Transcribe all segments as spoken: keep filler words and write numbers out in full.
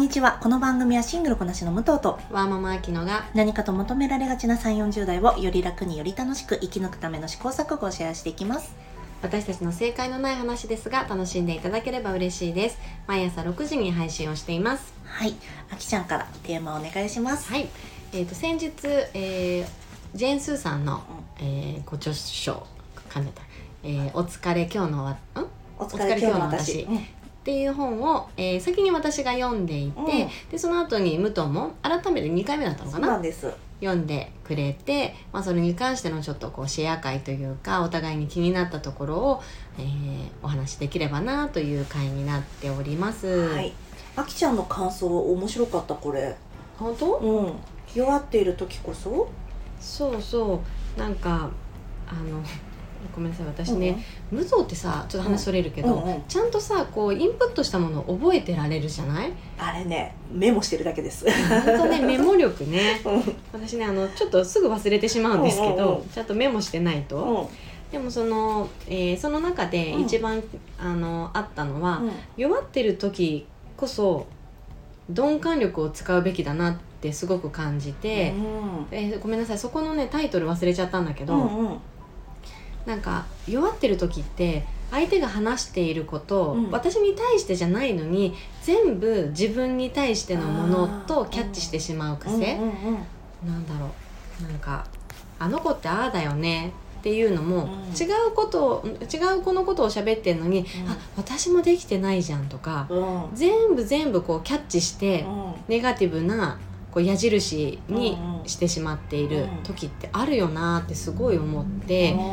にちは。この番組はシングルこなしの武藤とワーママアキノが何かと求められがちなさんじゅう、よんじゅう代をより楽により楽しく生き抜くための試行錯誤をシェアしていきます。 私たちの正解のない話ですが楽しんでいただければ嬉しいです。毎朝ろくじに配信をしています。 はい、あきちゃんからテーマお願いします。 はい、えー、と先日、えー、ジェーン・スーさんの、えー、ご著書噛んでた、えー、お疲れ今日のわんお疲れ今日の私、うん、 っていう本を、えー、先に私が読んでいて、うん、でその後に武藤も改めてにかいめだったのかな。 そうなんです。 読んでくれて、まあ、それに関してのちょっとこうシェア会というかお互いに気になったところを、えー、お話しできればなという会になっております。 はい、あきちゃんの感想面白かった。これ本当？ うん、弱っている時こそそうそうなんかあのごめんなさい私ね、うん、武藤ってさちょっと話それるけど、うんうんうん、ちゃんとさこうインプットしたものを覚えてられるじゃない？ あれねメモしてるだけです。 本当ねメモ力ね、うん、私ねあのちょっとすぐ忘れてしまうんですけど、うんうんうん、ちゃんとメモしてないと、うん、でもその、えー、その中で一番、うん、あのあったのは、うん、弱ってる時こそ鈍感力を使うべきだなってすごく感じて、うんえー、ごめんなさいそこのねタイトル忘れちゃったんだけど、うんうんなんか弱ってる時って相手が話していること、うん、私に対してじゃないのに全部自分に対してのものとキャッチしてしまう癖、うんうんうんうん、なんだろうなんかあの子ってああだよねっていうのも、うん、違うことを違う子のことを喋ってるのに、うん、あ私もできてないじゃんとか、うん、全部全部こうキャッチして、うん、ネガティブなこう矢印にしてしまっている時ってあるよなってすごい思って、うん、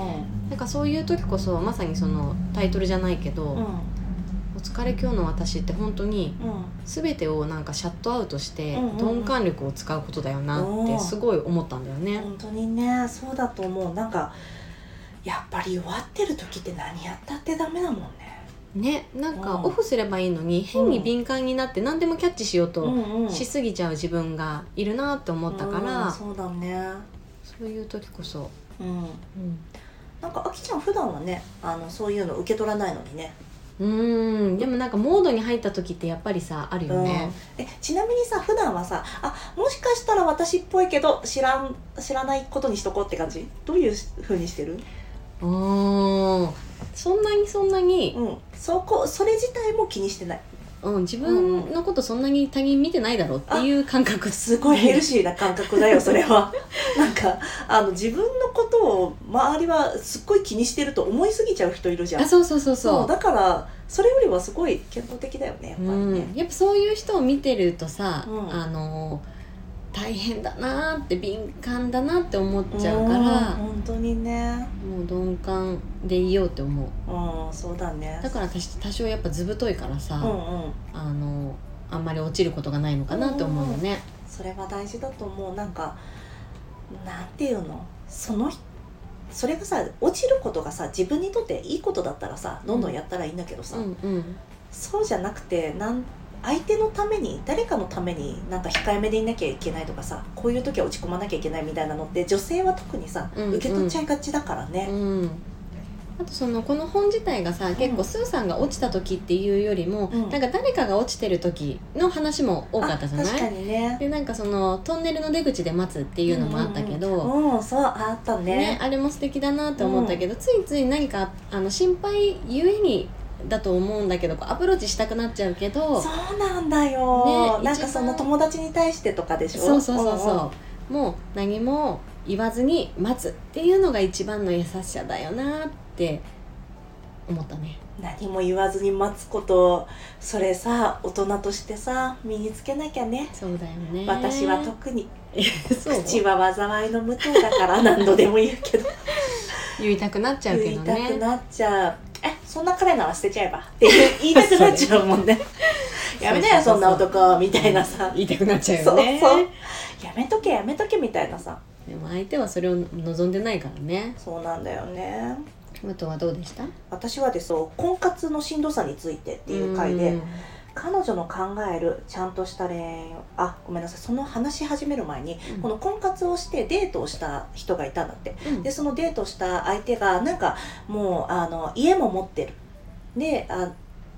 なんかそういう時こそまさにそのタイトルじゃないけど、うん、お疲れ今日の私って本当に全てをなんかシャットアウトして鈍感力を使うことだよなってすごい思ったんだよね、 うん、本当にねそうだと思う。なんかやっぱり弱ってる時って何やったってダメだもんね。 ね、なんかオフすればいいのに、うん、変に敏感になって何でもキャッチしようとしすぎちゃう自分がいるなって思ったから、 うん、そうだねそういう時こそ、 うんうん、なんかあきちゃん普段はねあのそういうの受け取らないのにね。 うーんでもなんかモードに入った時ってやっぱりさあるよね、 うん、えちなみにさ普段はさあもしかしたら私っぽいけど知らん知らないことにしとこうって感じ？どういう風にしてる？ うーんそんなにそんなに、 うん、そこそれ自体も気にしてない、 うん、自分のことそんなに他人見てないだろうっていう感覚、 すごいヘルシーな感覚だよそれはなんかあの自分のことを周りはすっごい気にしてると思いすぎちゃう人いるじゃん。 あそうそうそうそう、 そうだからそれよりはすごい健康的だよねやっぱりね、 うん、やっぱそういう人を見てるとさ、うん、あの大変だなって敏感だなって思っちゃうから、 本当にねもう鈍感でいようって思う、うん、そうだね。 だから私多少やっぱ図太いからさ、うんうん、あのあんまり落ちることがないのかなって思うよね、うんうん、 それは大事だと思う。なんかなんていうのそのそれがさ落ちることがさ自分にとっていいことだったらさどんどんやったらいいんだけどさ、うんうん、そうじゃなくてなん相手のために誰かのためになんか控えめでいなきゃいけないとかさこういう時は落ち込まなきゃいけないみたいなのって女性は特にさ、うんうん、受け取っちゃいがちだからね、うん、 あとそのこの本自体がさ、うん、結構スーさんが落ちた時っていうよりも、うん、なんか誰かが落ちてる時の話も多かったじゃない？ 確かにね。 でなんかそのトンネルの出口で待つっていうのもあったけど、 うんうんうん、そうあった ね, ねあれも素敵だなって思ったけど、うん、ついつい何かあの心配ゆえにだと思うんだけどアプローチしたくなっちゃうけどそうなんだよ、ね、なんかその友達に対してとかでしょ。 そうそうそうそう、もう何も言わずに待つっていうのが一番の優しさだよなって思ったね。 何も言わずに待つことそれさ大人としてさ身につけなきゃね。 そうだよね。 私は特に口は災いの無糖だから何度でも言うけど言いたくなっちゃうけどね。 言いたくなっちゃう。えそんな彼なら捨てちゃえばって言いたくなっちゃうもんねやめなよそんな男みたいなさ言いたくなっちゃうよね。 そうそうやめとけやめとけみたいなさ。 でも相手はそれを望んでないからね。 そうなんだよね。 あとはどうでした？ 私はですね婚活のしんどさについてっていう回で彼女の考えるちゃんとした恋愛をあごめんなさいその話し始める前に、うん、この婚活をしてデートをした人がいたんだって、うん、でそのデートした相手がなんかもうあの家も持ってるであ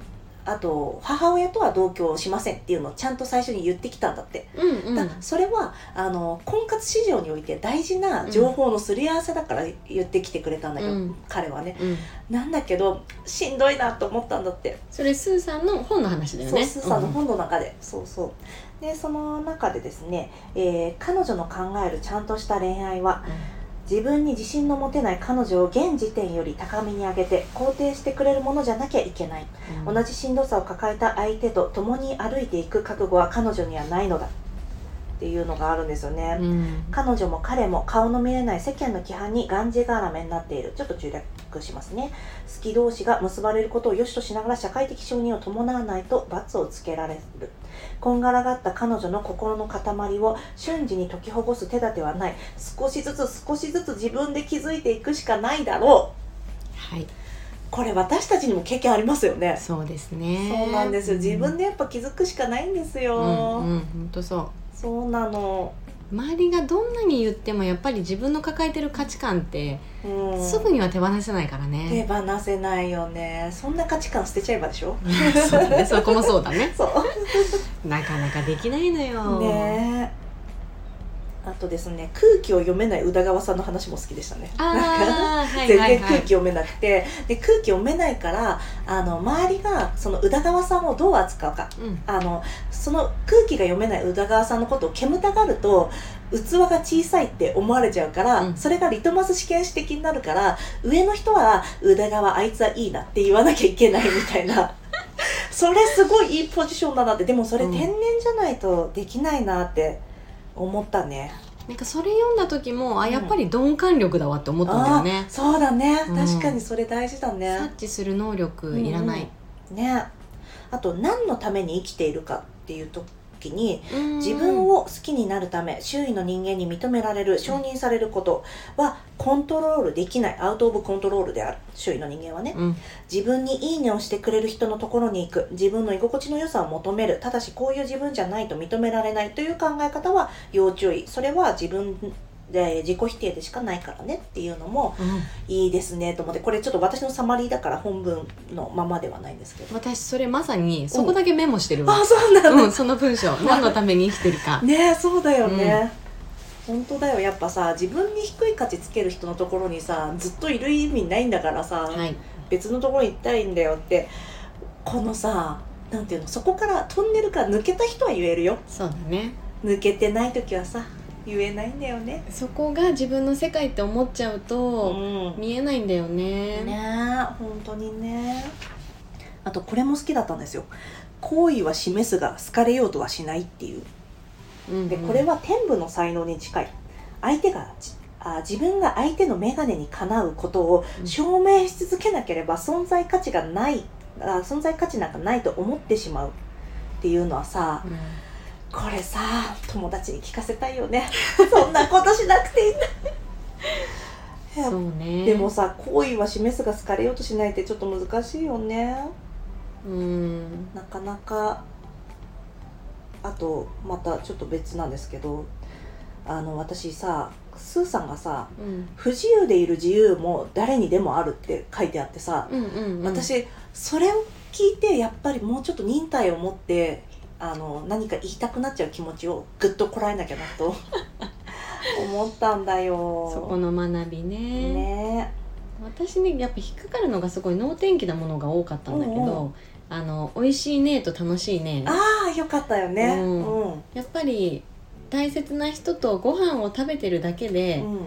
あと母親とは同居しませんっていうのをちゃんと最初に言ってきたんだって、 うんうん、 だそれはあの婚活市場において大事な情報のすり合わせだから言ってきてくれたんだけど、うん、彼はね、うん、なんだけどしんどいなと思ったんだって。 それスーさんの本の話だよね。 そうスーさんの本の中で、うん、そうそうでその中でですね、えー、彼女の考えるちゃんとした恋愛は、うん自分に自信の持てない彼女を現時点より高みに上げて肯定してくれるものじゃなきゃいけない、うん、同じしんどさを抱えた相手と共に歩いていく覚悟は彼女にはないのだっていうのがあるんですよね、うん、彼女も彼も顔の見えない世間の規範にがんじがらめになっている。ちょっと中略しますね。好き同士が結ばれることを良しとしながら社会的承認を伴わないと罰をつけられる。こんがらがった彼女の心の塊を瞬時に解きほぐす手立てはない。少しずつ少しずつ自分で気づいていくしかないだろう。はい。 これ私たちにも経験ありますよね。 そうですね。 そうなんですよ。自分でやっぱ気づくしかないんですよ。うん、 うん、本当そう。 そうなの。 周りがどんなに言ってもやっぱり自分の抱えてる価値観って、うん、すぐには手放せないからね。 手放せないよね。そんな価値観捨てちゃえばでしょ。 そうだね、そこもそうだね。 そうなかなかできないのよね。あとですね、空気を読めない宇田川さんの話も好きでしたね。 あなんか全然空気読めなくて、はいはいはい、で空気読めないからあの周りがその宇田川さんをどう扱うか、うん、あのその空気が読めない宇田川さんのことを煙たがると器が小さいって思われちゃうから、うん、それがリトマス試験紙的になるから上の人は宇田川あいつはいいなって言わなきゃいけないみたいなそれすごいいいポジションだなって。でもそれ天然じゃないとできないなって思ったね。 なんかそれ読んだ時も、あ、やっぱり鈍感力だわって思ったんだよね。 そうだね、うん、確かにそれ大事だね。 察知する能力いらない、 うん、ね。あと何のために生きているかっていう時に、自分を好きになるため周囲の人間に認められる承認されることはコントロールできない。アウトオブコントロールである。周囲の人間はね、うん、自分にいいねをしてくれる人のところに行く。自分の居心地の良さを求める。ただしこういう自分じゃないと認められないという考え方は要注意。それは自分で自己否定でしかないからねっていうのもいいですねと思って、これちょっと私のサマリーだから本文のままではないんですけど、 私それまさにそこだけメモしてるわ、 うん、あ、そうなんだ、 うん、その文章何のために生きてるかね。そうだよね、うん、本当だよ。やっぱさ、自分に低い価値つける人のところにさずっといる意味ないんだからさ、はい、別のところに行ったらいいんだよって、このさ、なんていうの、そこからトンネルから抜けた人は言えるよ。 そうだね。 抜けてない時はさ言えないんだよね。 そこが自分の世界って思っちゃうと、うん、見えないんだよね。 ねえ、本当にね。あとこれも好きだったんですよ。好意は示すが好かれようとはしないっていう、うんうん、でこれは天賦の才能に近い。相手があ自分が相手の眼鏡にかなうことを証明し続けなければ存在価値がないあ存在価値なんかないと思ってしまうっていうのはさ、うん、これさ友達に聞かせたいよねそんなことしなくていいんだそうね。 でもさ、好意は示すが好かれようとしないってちょっと難しいよね。 うんなかなか。あとまたちょっと別なんですけど、あの私さ、スーさんがさ、うん、不自由でいる自由も誰にでもあるって書いてあってさ、うんうんうん、私それを聞いてやっぱりもうちょっと忍耐を持ってあの何か言いたくなっちゃう気持ちをぐっとこらえなきゃなと思ったんだよ。 そこの学びね。 ね、 私ね、やっぱ引っかかるのがすごい能天気なものが多かったんだけど、うんうん、あの美味しいねと楽しいね。 ああ、よかったよね、うんうん、やっぱり大切な人とご飯を食べてるだけで、うん、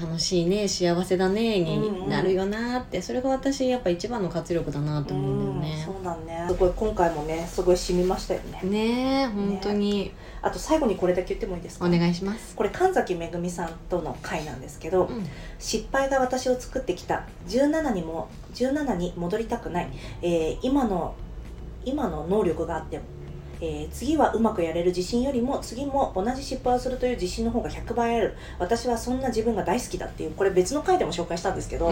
楽しいね、幸せだねになるよなって、うんうん、それが私やっぱ一番の活力だなと思うんだよね、 うん、そうだね。すごい今回もね、すごい染みましたよね。 ねえ、本当に、ね。 あと最後にこれだけ言ってもいいですか？ お願いします。 これ神崎めぐみさんとの回なんですけど、うん、失敗が私を作ってきたじゅうななにもじゅうななに戻りたくない、えー、今の今の能力があってもえー、次はうまくやれる自信よりも次も同じ失敗をするという自信の方がひゃくばいある。私はそんな自分が大好きだっていう、これ別の回でも紹介したんですけど、うん、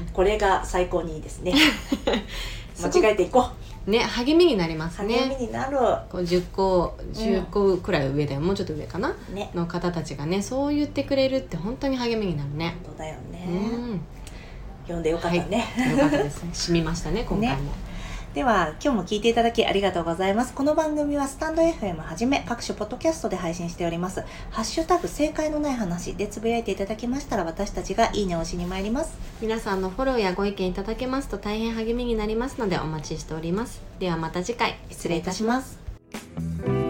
これが最高にいいですね間違えていこうね。励みになりますね。 励みになる。 こうじゅっこじゅっこくらい上だよ、うん、もうちょっと上かな、ね、の方たちがね、そう言ってくれるって本当に励みになるね。 本当だよね、うん、読んでよかったね、 はい、よかったですね。染みましたね今回も、ね。 では今日も聞いていただきありがとうございます。この番組はスタンド エフエム はじめ各種ポッドキャストで配信しております。ハッシュタグ正解のない話でつぶやいていただきましたら、私たちがいいねを押しに参ります。 皆さんのフォローやご意見いただけますと大変励みになりますのでお待ちしております。ではまた次回失礼いたします。